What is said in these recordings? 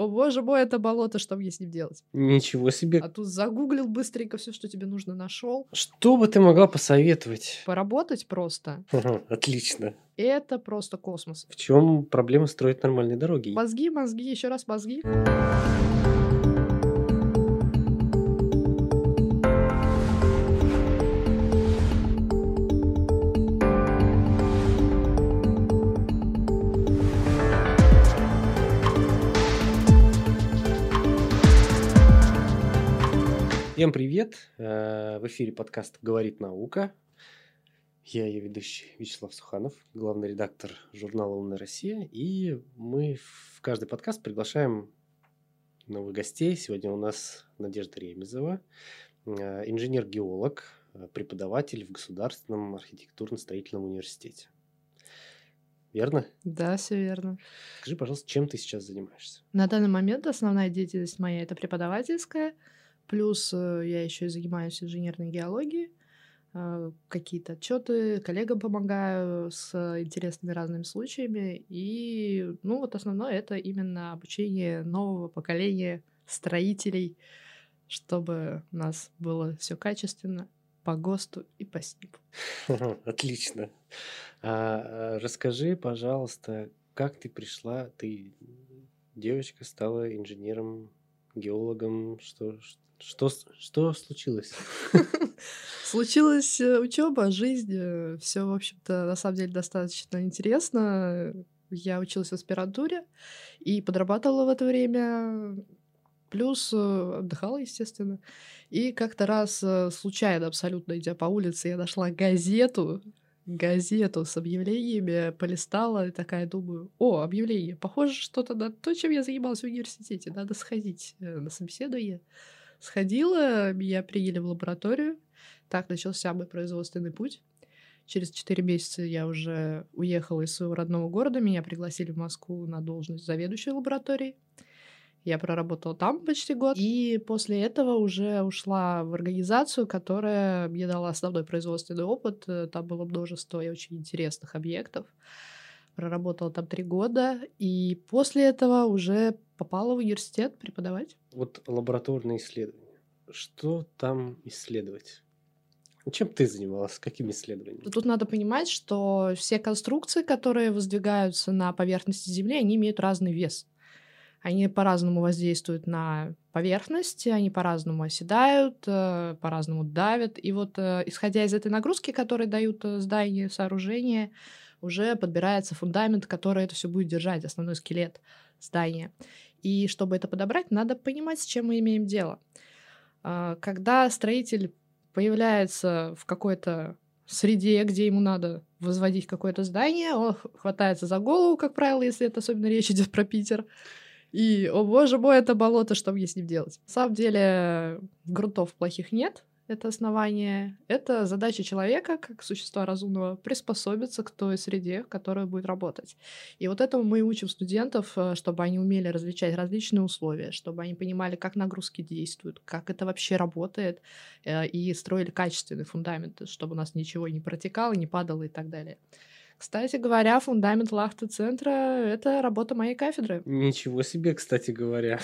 о боже мой, это болото, что мне с ним делать? Ничего себе. А тут загуглил быстренько все, что тебе нужно, нашел. Что бы ты могла посоветовать? Поработать просто. Ага, отлично. Это просто космос. В чем проблема строить нормальные дороги? Мозги, еще раз мозги. Всем привет! В эфире подкаст «Говорит наука». Я ее ведущий Вячеслав Суханов, главный редактор журнала «Умная Россия». И мы в каждый подкаст приглашаем новых гостей. Сегодня у нас Надежда Ремезова, инженер-геолог, преподаватель в Государственном архитектурно-строительном университете. Верно? Да, все верно. Скажи, пожалуйста, чем ты сейчас занимаешься? На данный момент основная деятельность моя — это преподавательская, плюс я еще и занимаюсь инженерной геологией, какие-то отчеты коллегам помогаю с интересными разными случаями. И, вот основное — это именно обучение нового поколения строителей, чтобы у нас было все качественно, по ГОСТу и по СНИПу. Отлично. Расскажи, пожалуйста, как ты пришла, ты девочка, стала инженером, геологом, что случилось? Случилась учеба, жизнь, все, в общем-то, на самом деле достаточно интересно. Я училась в аспирантуре и подрабатывала в это время, плюс отдыхала, естественно. И как-то раз, случайно абсолютно идя по улице, я нашла газету с объявлениями, полистала и такая думаю: о, объявление, похоже что-то на то, чем я занималась в университете, надо сходить на собеседование. Сходила, меня приняли в лабораторию. Так начался мой производственный путь. Через 4 месяца я уже уехала из своего родного города. Меня пригласили в Москву на должность заведующей лабораторией. Я проработала там почти год. И после этого уже ушла в организацию, которая мне дала основной производственный опыт. Там было множество и очень интересных объектов. Проработала там 3 года. И после этого уже попала в университет преподавать. Вот лабораторные исследования. Что там исследовать? Чем ты занималась? Какими исследованиями? Тут надо понимать, что все конструкции, которые воздвигаются на поверхности Земли, они имеют разный вес. Они по-разному воздействуют на поверхность, они по-разному оседают, по-разному давят. И вот исходя из этой нагрузки, которую дают здания, сооружения, уже подбирается фундамент, который это все будет держать, основной скелет здания. И чтобы это подобрать, надо понимать, с чем мы имеем дело. Когда строитель появляется в какой-то среде, где ему надо возводить какое-то здание, он хватается за голову, как правило, если это особенно речь идет про Питер. И, о боже мой, это болото, что мне с ним делать? На самом деле грунтов плохих нет, это основание. Это задача человека, как существа разумного, приспособиться к той среде, в которой будет работать. И вот этому мы учим студентов, чтобы они умели различать различные условия, чтобы они понимали, как нагрузки действуют, как это вообще работает, и строили качественный фундамент, чтобы у нас ничего не протекало, не падало и так далее. Кстати говоря, фундамент Лахта-центра — это работа моей кафедры. Ничего себе, кстати говоря.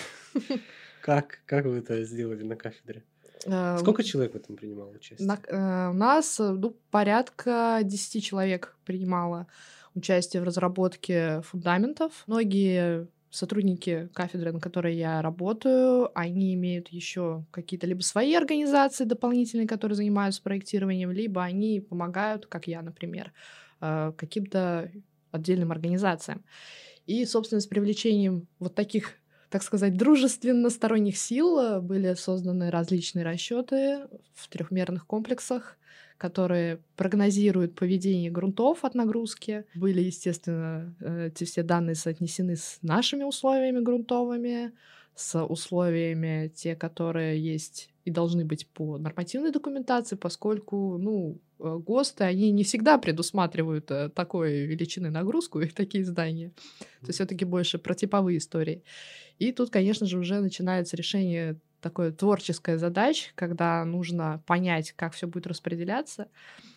Как вы это сделали на кафедре? Сколько человек в этом принимало участие? У нас порядка 10 человек принимало участие в разработке фундаментов. Многие сотрудники кафедры, на которой я работаю, они имеют еще какие-то либо свои организации дополнительные, которые занимаются проектированием, либо они помогают, как я, например, каким-то отдельным организациям. И, собственно, с привлечением вот таких, так сказать, дружественно-сторонних сил были созданы различные расчеты в трехмерных комплексах, которые прогнозируют поведение грунтов от нагрузки. Были, естественно, эти все данные соотнесены с нашими условиями грунтовыми, с условиями, те, которые есть и должны быть по нормативной документации, поскольку, ГОСТы, они не всегда предусматривают такой величины нагрузку и такие здания. То есть все-таки больше про типовые истории. И тут, конечно же, уже начинается решение такой творческой задачи, когда нужно понять, как все будет распределяться.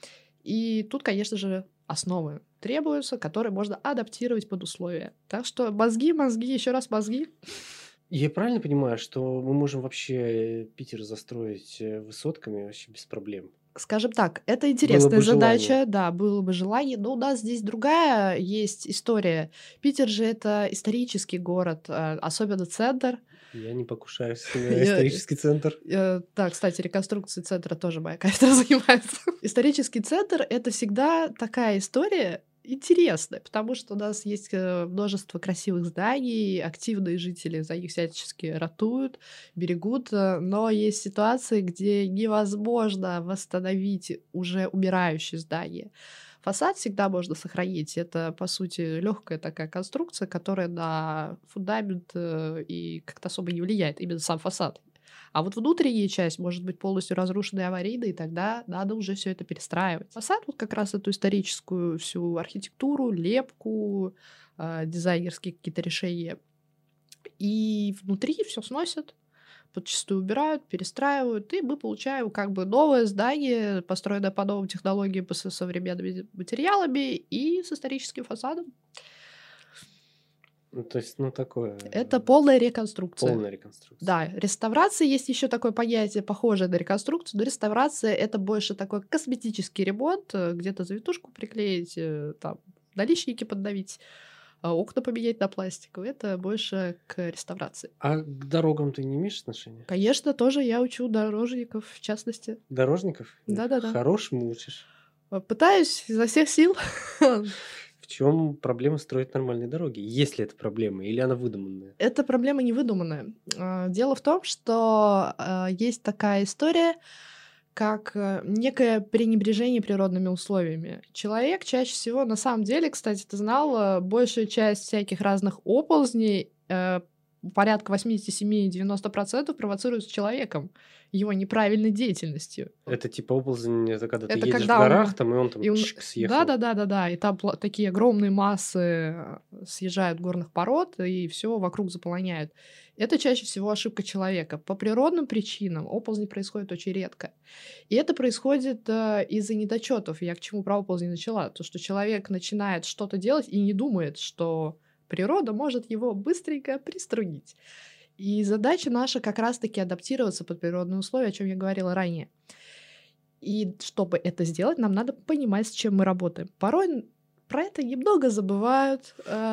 И тут, конечно же, основы требуются, которые можно адаптировать под условия. Так что мозги, еще раз мозги. Я правильно понимаю, что мы можем вообще Питер застроить высотками вообще без проблем? Скажем так, это Было интересная бы желание. задача, да, было бы желание, но у нас здесь другая есть история. Питер же это исторический город, особенно центр. Я не покушаюсь на Я, исторический центр. да, кстати, реконструкцией центра тоже моя кафедра занимается. Исторический центр — это всегда такая история интересная, потому что у нас есть множество красивых зданий, активные жители за них всячески ратуют, берегут, но есть ситуации, где невозможно восстановить уже умирающее здание. Фасад всегда можно сохранить. Это, по сути, легкая такая конструкция, которая на фундамент и как-то особо не влияет, именно сам фасад. А вот внутренняя часть может быть полностью разрушена и аварийна, и тогда надо уже все это перестраивать. Фасад вот как раз эту историческую всю архитектуру, лепку, дизайнерские какие-то решения. И внутри все сносят, подчастую убирают, перестраивают, и мы получаем как бы новое здание, построенное по новым технологиям, по современными материалами и с историческим фасадом. Ну, то есть, ну, такое, Это полная реконструкция. полная реконструкция. Да, реставрация есть еще такое понятие, похожее на реконструкцию, но реставрация это больше такой косметический ремонт, где-то завитушку приклеить, там наличники подновить, окна поменять на пластиковые. Это больше к реставрации. А к дорогам ты не имеешь отношения? Конечно, тоже я учу дорожников, в частности. Дорожников? Да-да-да. Хорошему учишь. Пытаюсь изо всех сил. В чем проблема строить нормальные дороги? Есть ли это проблема или она выдуманная? Эта проблема не выдуманная. Дело в том, что есть такая история, как некое пренебрежение природными условиями. Человек чаще всего, на самом деле, кстати, ты знал, большая часть всяких разных оползней, порядка 87-90% провоцируется человеком, его неправильной деятельностью. Это типа оползень, это когда ты Это едешь в когда он горах, там, и он там и он чик съехал. да-да-да-да-да, и там такие огромные массы съезжают горных пород, и все вокруг заполоняют. Это чаще всего ошибка человека. По природным причинам оползни происходят очень редко. И это происходит из-за недочетов. Я к чему про оползни начала? То, что человек начинает что-то делать и не думает, что природа может его быстренько приструнить. И задача наша как раз-таки адаптироваться под природные условия, о чем я говорила ранее. И чтобы это сделать, нам надо понимать, с чем мы работаем. Порой про это немного забывают,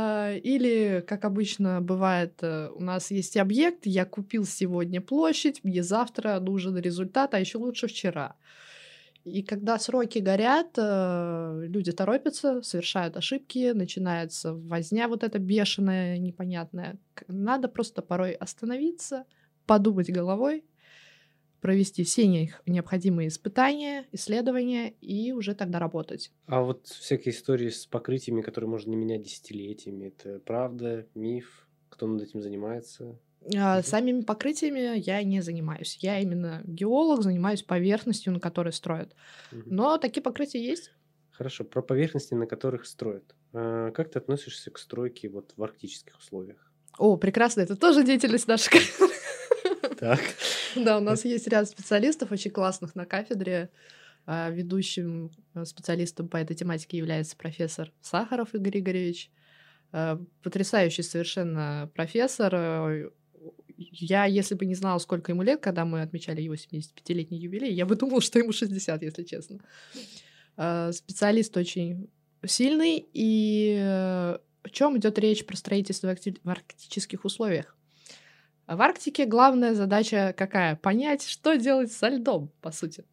или, как обычно бывает, у нас есть объект, я купил сегодня площадь, мне завтра нужен результат, а еще лучше вчера. И когда сроки горят, люди торопятся, совершают ошибки, начинается возня вот эта бешеная, непонятная. Надо просто порой остановиться, подумать головой, провести все необходимые испытания, исследования и уже тогда работать. А вот всякие истории с покрытиями, которые можно не менять десятилетиями, это правда, миф? Кто над этим занимается? Самими покрытиями я не занимаюсь. Я именно геолог, занимаюсь поверхностью, на которой строят. Мгм. Но такие покрытия есть. Хорошо, про поверхности, на которых строят. Как ты относишься к стройке вот в арктических условиях? О, прекрасно, это тоже деятельность нашей кафедры. Так. Да, у нас есть ряд специалистов очень классных на кафедре. Ведущим специалистом по этой тематике является профессор Сахаров Игорь Игоревич. Потрясающий совершенно профессор. Я, если бы не знала, сколько ему лет, когда мы отмечали его 75-летний юбилей, я бы думала, что ему 60, если честно. Специалист очень сильный. И о чем идет речь про строительство в арктических условиях? В Арктике главная задача какая? Понять, что делать со льдом, по сути.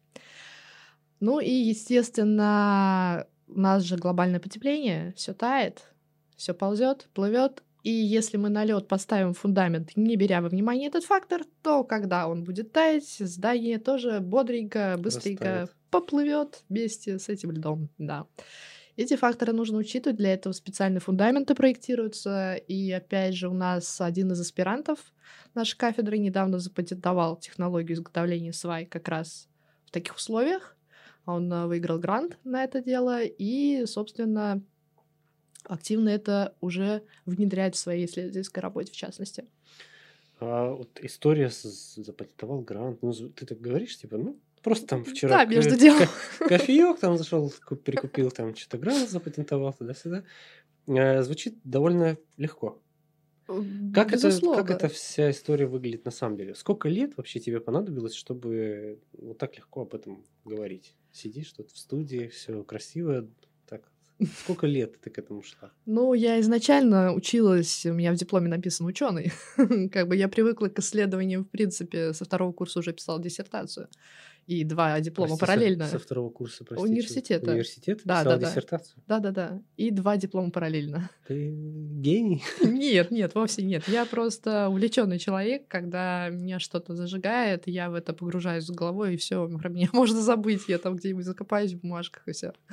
Ну и, естественно, у нас же глобальное потепление, все тает, все ползет, плывет. И если мы на лед поставим фундамент, не беря во внимание этот фактор, то когда он будет таять, здание тоже бодренько, быстренько Растает. поплывет вместе с этим льдом. Да. Эти факторы нужно учитывать, для этого специальные фундаменты проектируются. И опять же, у нас один из аспирантов нашей кафедры недавно запатентовал технологию изготовления свай как раз в таких условиях. Он выиграл грант на это дело и, собственно, активно это уже внедряет в своей исследовательской работе, в частности. А вот история запатентовал грант. Ну, ты так говоришь, типа, ну, просто там Да, вчера между делом. кофеек там зашел, прикупил, там что-то грант запатентовал туда-сюда. Звучит довольно легко. Как это Безусловно. вся история выглядит на самом деле? Сколько лет вообще тебе понадобилось, чтобы вот так легко об этом говорить? Сидишь тут в студии, все красиво, так. Сколько лет ты к этому шла? Ну, я изначально училась, у меня в дипломе написано ученый. Как бы я привыкла к исследованиям, в принципе, со второго курса уже писала диссертацию. И 2 диплома Прости, со параллельно. второго курса, прости, чего? Университета. Университет? Да, Писала да, да. диссертацию? Да-да-да. И 2 диплома параллельно. Ты гений? Нет, нет, вовсе нет. Я просто увлеченный человек, когда меня что-то зажигает, я в это погружаюсь с головой, и все, про меня можно забыть. Я там где-нибудь закопаюсь в бумажках, и все.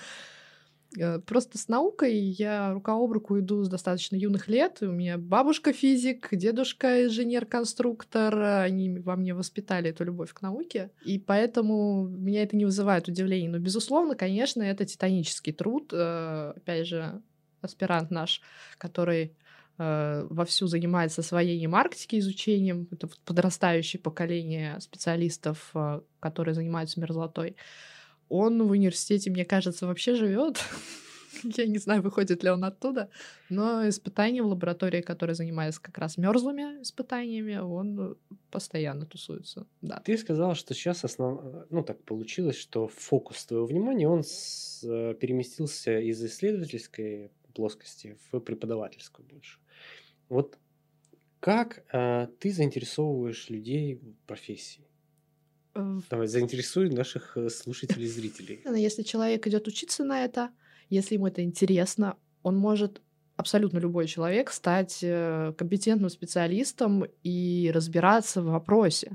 Просто с наукой я рука об руку иду с достаточно юных лет. У меня бабушка физик, дедушка инженер-конструктор. Они во мне воспитали эту любовь к науке. И поэтому меня это не вызывает удивления. Но, безусловно, конечно, это титанический труд. Опять же, аспирант наш, который вовсю занимается освоением Арктики, изучением. Это вот подрастающее поколение специалистов, которые занимаются мерзлотой. Он в университете, мне кажется, вообще живет. Я не знаю, выходит ли он оттуда, но испытания в лаборатории, которая занимается как раз мерзлыми испытаниями, он постоянно тусуется. Да. Ты сказала, что сейчас ну так получилось, что фокус твоего внимания, он переместился из исследовательской плоскости в преподавательскую больше. Вот как ты заинтересовываешь людей в профессии? Давай, заинтересуй наших слушателей и зрителей. Если человек идет учиться на это, если ему это интересно, он может, абсолютно любой человек, стать компетентным специалистом и разбираться в вопросе.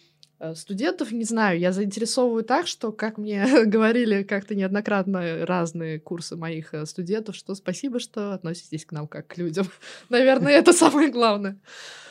Студентов, не знаю, я заинтересовываю так, что, как мне говорили как-то неоднократно разные курсы моих студентов, что спасибо, что относитесь к нам как к людям. Наверное, это самое главное.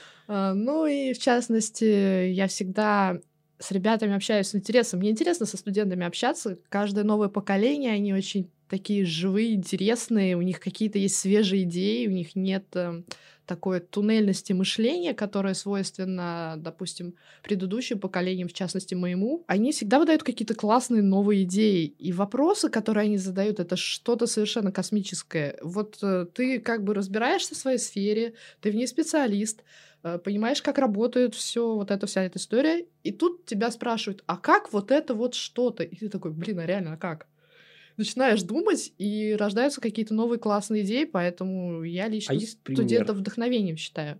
Ну и, в частности, я всегда с ребятами общаюсь с интересом. Мне интересно со студентами общаться. Каждое новое поколение, они очень такие живые, интересные, у них какие-то есть свежие идеи, у них нет такой туннельности мышления, которая свойственна, допустим, предыдущим поколениям, в частности, моему. Они всегда выдают какие-то классные новые идеи. И вопросы, которые они задают, это что-то совершенно космическое. Вот ты как бы разбираешься в своей сфере, ты в ней специалист, понимаешь, как работает все вот эта вся эта история, и тут тебя спрашивают, а как вот это вот что-то? И ты такой, блин, а реально, а как? Начинаешь думать, и рождаются какие-то новые классные идеи, поэтому я лично есть студентов пример? вдохновением считаю.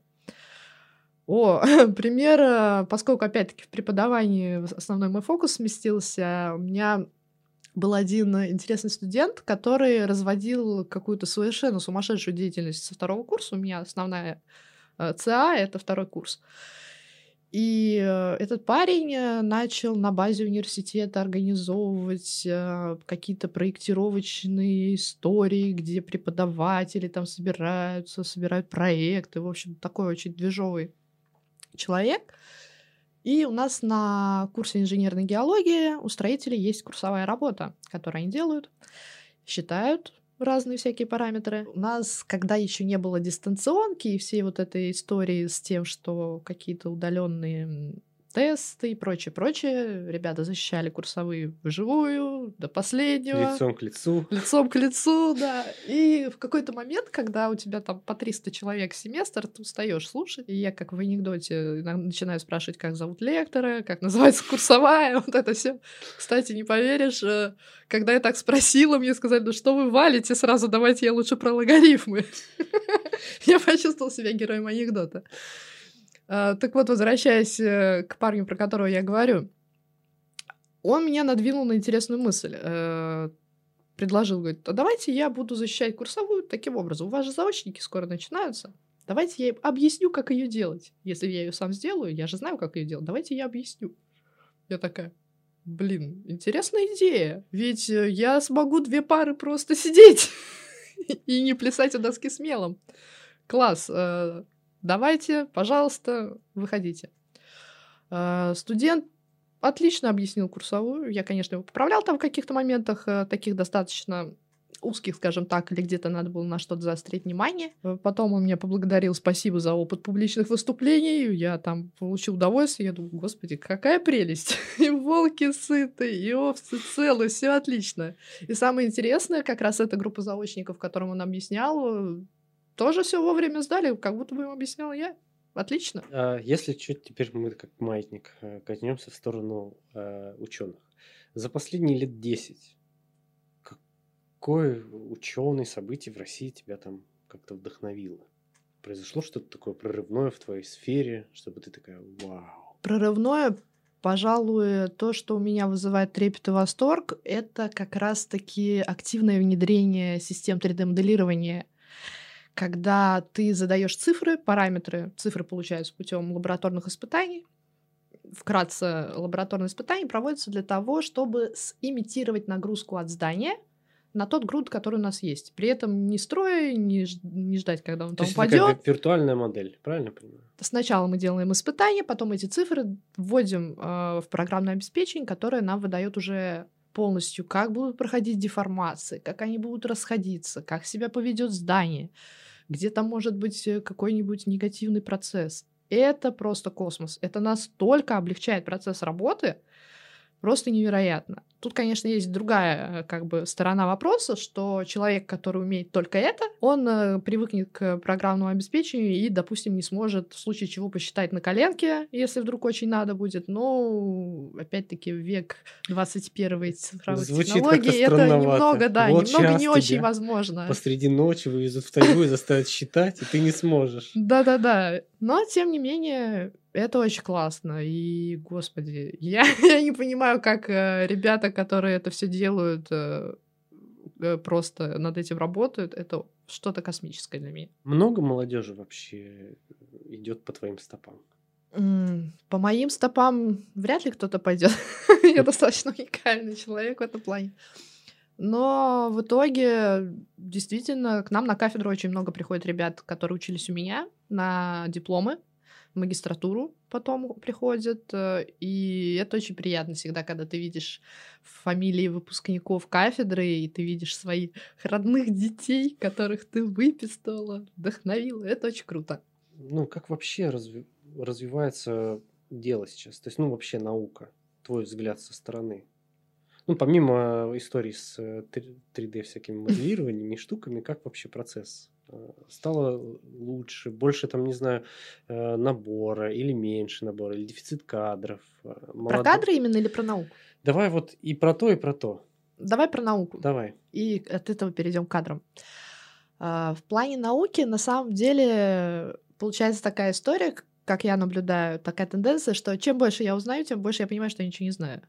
Пример, поскольку, опять-таки, в преподавании основной мой фокус сместился, у меня был один интересный студент, который разводил какую-то совершенно сумасшедшую деятельность со второго курса. У меня основная ЦА — это второй курс. И этот парень начал на базе университета организовывать какие-то проектировочные истории, где преподаватели там собираются, собирают проекты. В общем, такой очень движовый человек. И у нас на курсе инженерной геологии у строителей есть курсовая работа, которую они делают, считают разные всякие параметры. У нас, когда еще не было дистанционки и всей вот этой истории с тем, что какие-то удаленные тесты и прочее, ребята защищали курсовые вживую, до последнего. Лицом к лицу. Лицом к лицу, да. И в какой-то момент, когда у тебя там по 300 человек семестр, ты устаешь слушать. И я, как в анекдоте, начинаю спрашивать, как зовут лектора, как называется курсовая, вот это все. Кстати, не поверишь, когда я так спросила, мне сказали, ну что вы валите сразу, давайте я лучше про логарифмы. Я почувствовала себя героем анекдота. Так вот, возвращаясь к парню, про которого я говорю, он меня надвинул на интересную мысль. Предложил, говорит, а давайте я буду защищать курсовую таким образом. У вас же заочники скоро начинаются. Давайте я им объясню, как ее делать. Если я ее сам сделаю, я же знаю, как ее делать. Давайте я объясню. Я такая, блин, интересная идея. Ведь я смогу 2 пары просто сидеть и не плясать у доски с мелом. Класс. Давайте, пожалуйста, выходите. Студент отлично объяснил курсовую. Я, конечно, его поправлял там в каких-то моментах, таких достаточно узких, скажем так, или где-то надо было на что-то заострить внимание. Потом он меня поблагодарил, спасибо за опыт публичных выступлений. Я там получил удовольствие. Я думаю, господи, какая прелесть. И волки сыты, и овцы целы, все отлично. И самое интересное, как раз эта группа заочников, которым он объяснял, тоже все вовремя сдали, как будто бы им объясняла я. Отлично. Если чуть теперь мы как маятник катнемся в сторону ученых. За последние лет 10 какое ученое событие в России тебя там как-то вдохновило? Произошло что-то такое прорывное в твоей сфере, чтобы ты такая, вау. Прорывное, пожалуй, то, что у меня вызывает трепет и восторг, это как раз-таки активное внедрение систем 3D-моделирования, когда ты задаешь цифры, параметры, цифры получаются путем лабораторных испытаний. Вкратце, лабораторные испытания проводятся для того, чтобы имитировать нагрузку от здания на тот грунт, который у нас есть. При этом не строя, не ждать, когда он То там есть это такая упадет. виртуальная модель, правильно понимаю? Сначала мы делаем испытания, потом эти цифры вводим в программное обеспечение, которое нам выдает уже полностью, как будут проходить деформации, как они будут расходиться, как себя поведет здание, где там может быть какой-нибудь негативный процесс. Это просто космос. Это настолько облегчает процесс работы, просто невероятно. Тут, конечно, есть другая как бы сторона вопроса, что человек, который умеет только это, он привыкнет к программному обеспечению и, допустим, не сможет в случае чего посчитать на коленке, если вдруг очень надо будет. Но, опять-таки, в век 21 цифровых Звучит технологий как-то это странновато. немного, да, Вот немного щас не очень тебя возможно. посреди ночи вывезут в тайгу и заставят считать, и ты не сможешь. Да-да-да. Но, тем не менее, это очень классно. И, господи, я не понимаю, как ребята, которые это все делают, просто над этим работают. Это что-то космическое для меня. Много молодежи вообще идет по твоим стопам? По моим стопам вряд ли кто-то пойдет. Я достаточно уникальный человек в этом плане. Но в итоге, действительно, к нам на кафедру очень много приходит ребят, которые учились у меня на дипломы, в магистратуру потом приходят. И это очень приятно всегда, когда ты видишь фамилии выпускников кафедры, и ты видишь своих родных детей, которых ты выписала, вдохновила. Это очень круто. Ну, как вообще развивается дело сейчас? То есть, ну, вообще наука, твой взгляд со стороны. Ну, помимо историй с 3D всякими моделированиями и штуками, как вообще процесс? Стало лучше, больше там, не знаю, набора или меньше набора, или дефицит кадров? Про кадры именно или про науку? Давай вот и про то, и про то. Давай про науку. Давай. И от этого перейдем к кадрам. В плане науки, на самом деле, получается такая история, как я наблюдаю, такая тенденция, что чем больше я узнаю, тем больше я понимаю, что я ничего не знаю.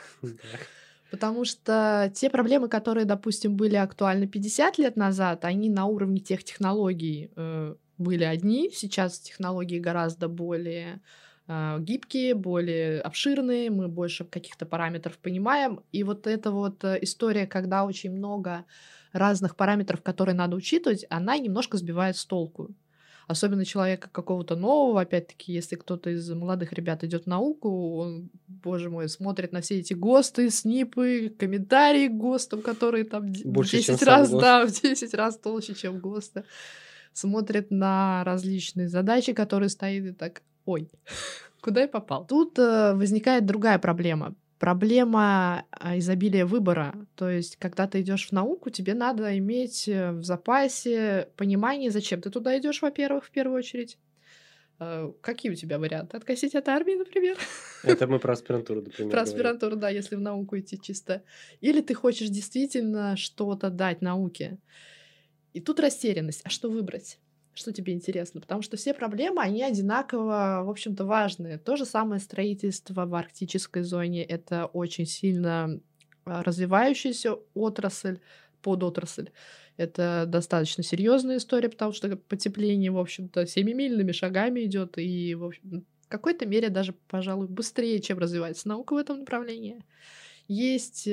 Потому что те проблемы, которые, допустим, были актуальны 50 лет назад, они на уровне тех технологий были одни. Сейчас технологии гораздо более гибкие, более обширные, мы больше каких-то параметров понимаем. И вот эта вот история, когда очень много разных параметров, которые надо учитывать, она немножко сбивает с толку. Особенно человека какого-то нового, опять-таки, если кто-то из молодых ребят идет в науку, он, боже мой, смотрит на все эти ГОСТы, СНИПы, комментарии к ГОСТам, которые там Больше, в 10 раз, да, в 10 раз толще, чем ГОСТы. Смотрит на различные задачи, которые стоят, и так, ой, куда я попал? Тут возникает другая проблема. Проблема изобилия выбора. То есть, когда ты идешь в науку, тебе надо иметь в запасе понимание, зачем ты туда идешь, во-первых, в первую очередь. Какие у тебя варианты? Откосить от армии, например? Это мы про аспирантуру, например, Про говорим. аспирантуру, да, если в науку идти чисто. Или ты хочешь действительно что-то дать науке. И тут растерянность. А что выбрать? Что тебе интересно? Потому что все проблемы, они одинаково, в общем-то, важные. То же самое строительство в арктической зоне. Это очень сильно развивающаяся отрасль, подотрасль. Это достаточно серьезная история, потому что потепление, в общем-то, семимильными шагами идет и, в общем, в какой-то мере даже, пожалуй, быстрее, чем развивается наука в этом направлении. Есть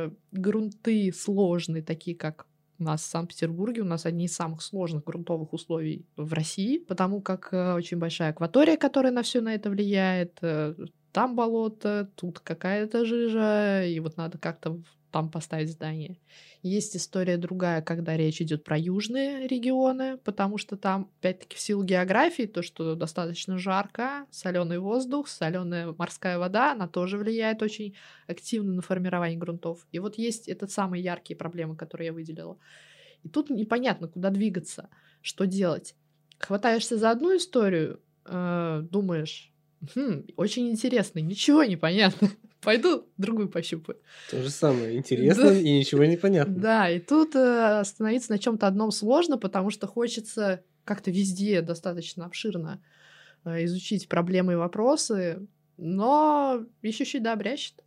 грунты сложные, такие как у нас в Санкт-Петербурге, у нас одни из самых сложных грунтовых условий в России, потому как очень большая акватория, которая на все на это влияет. Там болото, тут какая-то жижа, и вот надо как-то там поставить здание. Есть история другая, когда речь идет про южные регионы, потому что там, опять-таки, в силу географии, то, что достаточно жарко, соленый воздух, соленая морская вода, она тоже влияет очень активно на формирование грунтов. И вот есть это самые яркие проблемы, которые я выделила. И тут непонятно, куда двигаться. Что делать? Хватаешься за одну историю, думаешь: очень интересно, ничего не понятно. Пойду другую пощупаю. То же самое. Интересно Да, и ничего не понятно. да, и тут, остановиться на чем то одном сложно, потому что хочется как-то везде достаточно обширно, изучить проблемы и вопросы, но ищущий да обрящет.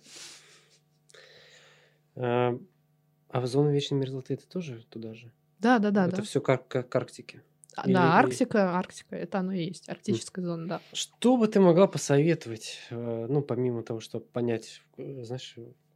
А, а в зону вечной мерзлоты это тоже туда же? Да-да-да, Это да. все как к Арктике? Да, Или Арктика — это оно и есть, м, арктическая зона, да. что бы ты могла посоветовать, ну, помимо того, чтобы понять, знаешь,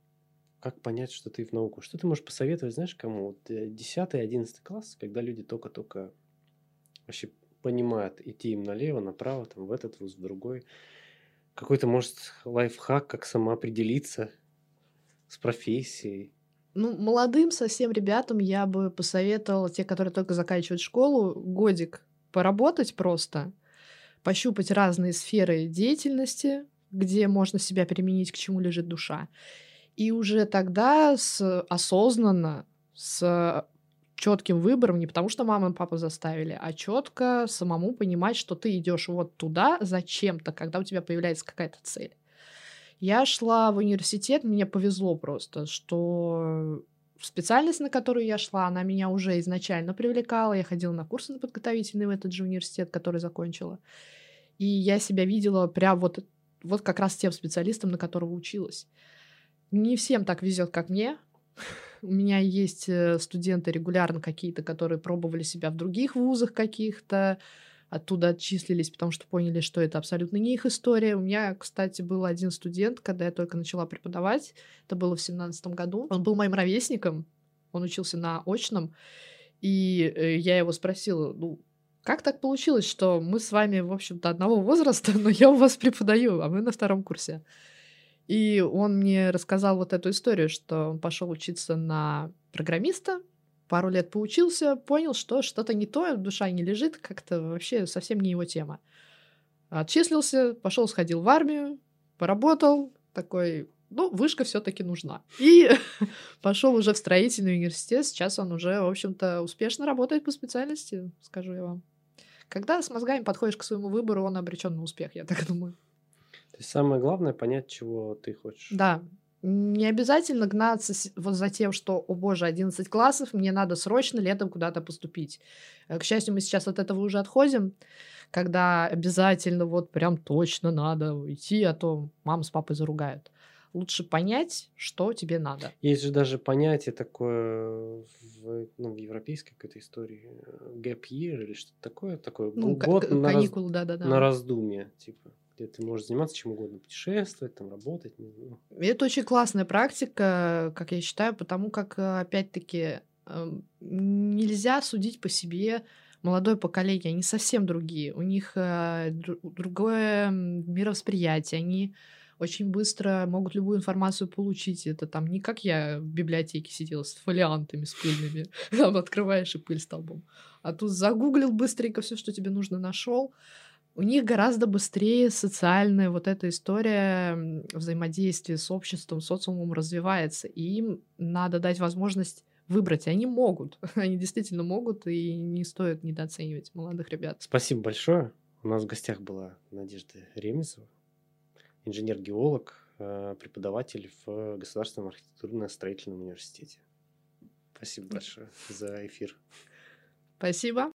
как понять, что ты в науку? Что ты можешь посоветовать, знаешь, кому? Вот, 10, 11 класс, когда люди только-только вообще понимают, идти им налево, направо, там, в этот вуз, в другой. Какой-то, может, лайфхак, как самоопределиться с профессией. Ну, молодым совсем ребятам я бы посоветовала, те, которые только заканчивают школу, годик поработать просто, пощупать разные сферы деятельности, где можно себя применить, к чему лежит душа. И уже тогда осознанно, с четким выбором, не потому что мама и папа заставили, а четко самому понимать, что ты идешь вот туда зачем-то, когда у тебя появляется какая-то цель. Я шла в университет, мне повезло просто, что специальность, на которую я шла, она меня уже изначально привлекала. Я ходила на курсы на подготовительные в этот же университет, который закончила. И я себя видела прям вот как раз тем специалистом, на которого училась. Не всем так везет, как мне. У меня есть студенты регулярно какие-то, которые пробовали себя в других вузах каких-то, оттуда отчислились, потому что поняли, что это абсолютно не их история. У меня, кстати, был один студент, когда я только начала преподавать, это было в 17 году. Он был моим ровесником, он учился на очном, и я его спросила: ну, как так получилось, что мы с вами, в общем-то, одного возраста, но я у вас преподаю, а вы на втором курсе? И он мне рассказал вот эту историю, что он пошел учиться на программиста, пару лет поучился, понял, что что-то не то, душа не лежит, как-то вообще совсем не его тема. Отчислился, пошел, сходил в армию, поработал, такой, ну, вышка все-таки нужна. И пошел уже в строительный университет. Сейчас он уже, в общем-то, успешно работает по специальности, скажу я вам. Когда с мозгами подходишь к своему выбору, он обречен на успех, я так думаю. То есть самое главное понять, чего ты хочешь. Да, не обязательно гнаться вот за тем, что, о боже, 11 классов, мне надо срочно летом куда-то поступить. К счастью, мы сейчас от этого уже отходим, когда обязательно вот прям точно надо идти, а то мама с папой заругают. Лучше понять, что тебе надо. Есть же даже понятие такое в европейской какой-то истории, gap year или что-то такое Ну, год каникулы, на да-да-да. раздумье, типа, где ты можешь заниматься чем угодно, путешествовать, там, работать. Ну, И это очень классная практика, как я считаю, потому как, опять-таки, нельзя судить по себе молодое поколение. Они совсем другие. У них другое мировосприятие. Они очень быстро могут любую информацию получить. Это там не как я в библиотеке сидела с фолиантами, с пыльными. Там открываешь и пыль столбом. А тут загуглил быстренько все, что тебе нужно, нашел. У них гораздо быстрее социальная вот эта история, взаимодействия с обществом, социумом развивается, и им надо дать возможность выбрать. И они могут, они действительно могут, и не стоит недооценивать молодых ребят. спасибо большое. У нас в гостях была Надежда Ремезова, инженер-геолог, преподаватель в Государственном архитектурно-строительном университете. Спасибо большое за эфир. Спасибо.